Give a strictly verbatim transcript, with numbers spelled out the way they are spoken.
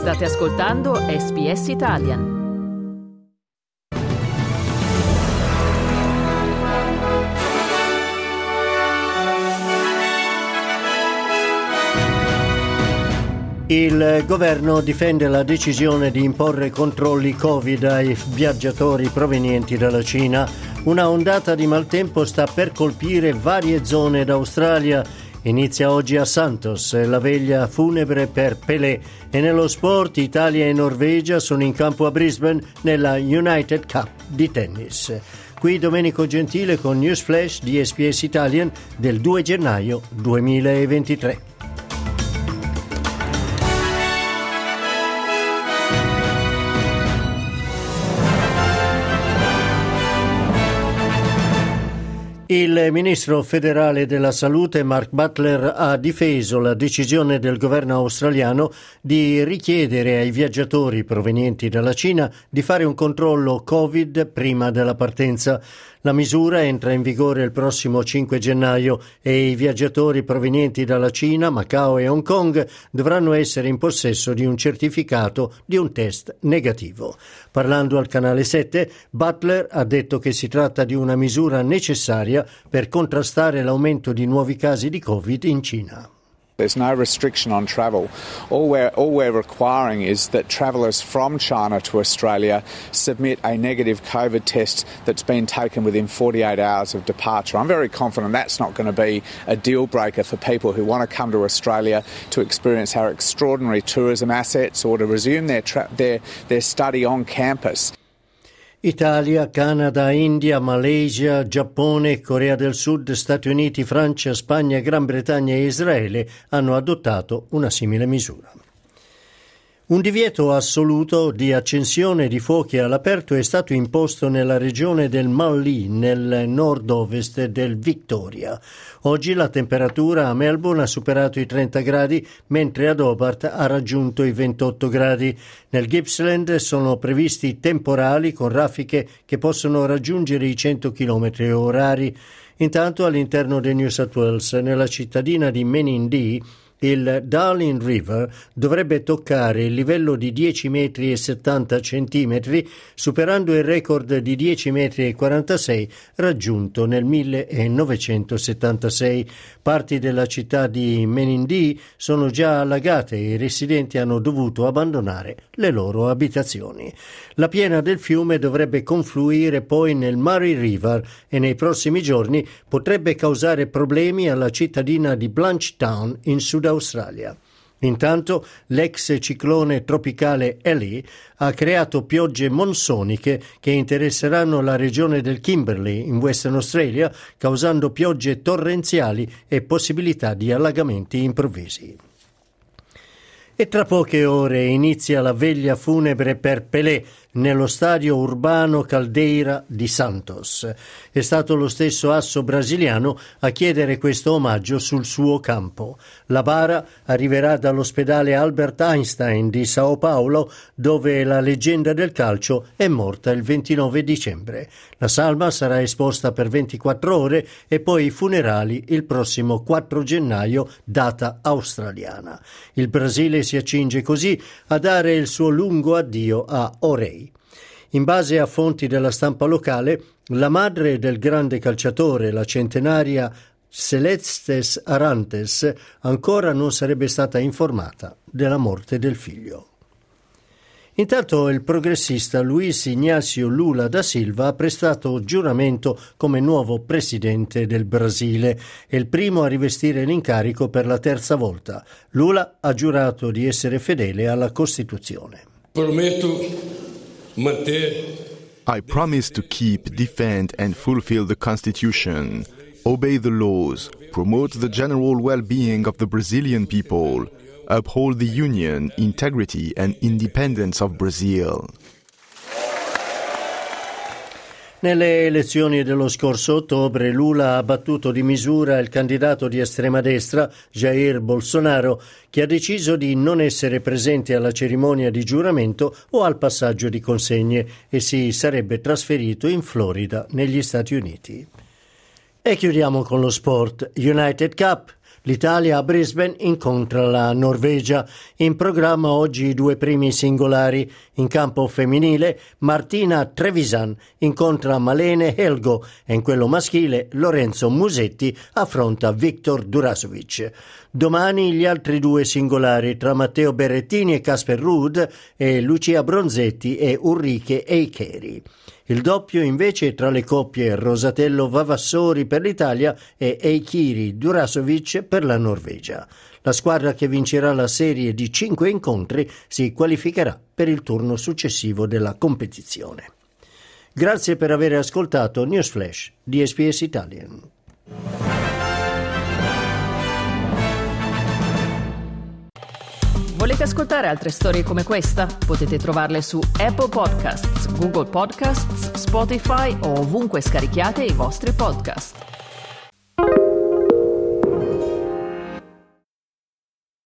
State ascoltando S B S Italian. Il governo difende la decisione di imporre controlli Covid ai viaggiatori provenienti dalla Cina. Una ondata di maltempo sta per colpire varie zone d'Australia. Inizia oggi a Santos la veglia funebre per Pelé e nello sport Italia e Norvegia sono in campo a Brisbane nella United Cup di tennis. Qui Domenico Gentile con News Flash di S B S Italian del due gennaio duemilaventitré. Il ministro federale della salute Mark Butler ha difeso la decisione del governo australiano di richiedere ai viaggiatori provenienti dalla Cina di fare un controllo Covid prima della partenza. La misura entra in vigore il prossimo cinque gennaio e i viaggiatori provenienti dalla Cina, Macao e Hong Kong dovranno essere in possesso di un certificato di un test negativo. Parlando al canale sette, Butler ha detto che si tratta di una misura necessaria per contrastare l'aumento di nuovi casi di Covid in Cina. There's no restriction on travel. All we're, all we're requiring is that travellers from China to Australia submit a negative COVID test that's been taken within forty-eight hours of departure. I'm very confident that's not going to be a deal breaker for people who want to come to Australia to experience our extraordinary tourism assets or to resume their, tra- their, their study on campus. Italia, Canada, India, Malaysia, Giappone, Corea del Sud, Stati Uniti, Francia, Spagna, Gran Bretagna e Israele hanno adottato una simile misura. Un divieto assoluto di accensione di fuochi all'aperto è stato imposto nella regione del Manly, nel nord-ovest del Victoria. Oggi la temperatura a Melbourne ha superato i trenta gradi, mentre ad Hobart ha raggiunto i ventotto gradi. Nel Gippsland sono previsti temporali con raffiche che possono raggiungere i cento chilometri orari. Intanto all'interno di New South Wales, nella cittadina di Menindee, il Darling River dovrebbe toccare il livello di dieci metri e settanta centimetri, superando il record di dieci metri e quarantasei raggiunto nel millenovecentosettantasei. Parti della città di Menindee sono già allagate e i residenti hanno dovuto abbandonare le loro abitazioni. La piena del fiume dovrebbe confluire poi nel Murray River e nei prossimi giorni potrebbe causare problemi alla cittadina di Blanchetown in Sud Australia. Intanto l'ex ciclone tropicale Ellie ha creato piogge monsoniche che interesseranno la regione del Kimberley in Western Australia, causando piogge torrenziali e possibilità di allagamenti improvvisi. E tra poche ore inizia la veglia funebre per Pelé nello stadio urbano Caldeira di Santos. È stato lo stesso asso brasiliano a chiedere questo omaggio sul suo campo. La bara arriverà dall'ospedale Albert Einstein di Sao Paulo, dove la leggenda del calcio è morta il ventinove dicembre. La salma sarà esposta per ventiquattro ore e poi i funerali il prossimo quattro gennaio, data australiana. Il Brasile si accinge così a dare il suo lungo addio a Orei. In base a fonti della stampa locale, la madre del grande calciatore, la centenaria Celestes Arantes, ancora non sarebbe stata informata della morte del figlio. Intanto il progressista Luiz Inácio Lula da Silva ha prestato giuramento come nuovo presidente del Brasile. È il primo a rivestire l'incarico per la terza volta. Lula ha giurato di essere fedele alla Costituzione. Prometto manter. I promise to keep, defend and fulfill the Constitution, obey the laws, promote the general well-being of the Brazilian people, uphold the union, integrity and independence of Brazil. Nelle elezioni dello scorso ottobre Lula ha battuto di misura il candidato di estrema destra Jair Bolsonaro, che ha deciso di non essere presente alla cerimonia di giuramento o al passaggio di consegne e si sarebbe trasferito in Florida, negli Stati Uniti. E chiudiamo con lo sport. United Cup. L'Italia a Brisbane incontra la Norvegia. In programma oggi i due primi singolari. In campo femminile Martina Trevisan incontra Malene Helgo e in quello maschile Lorenzo Musetti affronta Viktor Durasovic. Domani gli altri due singolari tra Matteo Berrettini e Casper Ruud e Lucia Bronzetti e Ulrike Eicheri. Il doppio invece tra le coppie Rosatello Vavassori per l'Italia e Eichiri Durasovic per la Norvegia. La squadra che vincerà la serie di cinque incontri si qualificherà per il turno successivo della competizione. Grazie per aver ascoltato News Flash di S B S Italian. Volete ascoltare altre storie come questa? Potete trovarle su Apple Podcasts, Google Podcasts, Spotify o ovunque scarichiate i vostri podcast.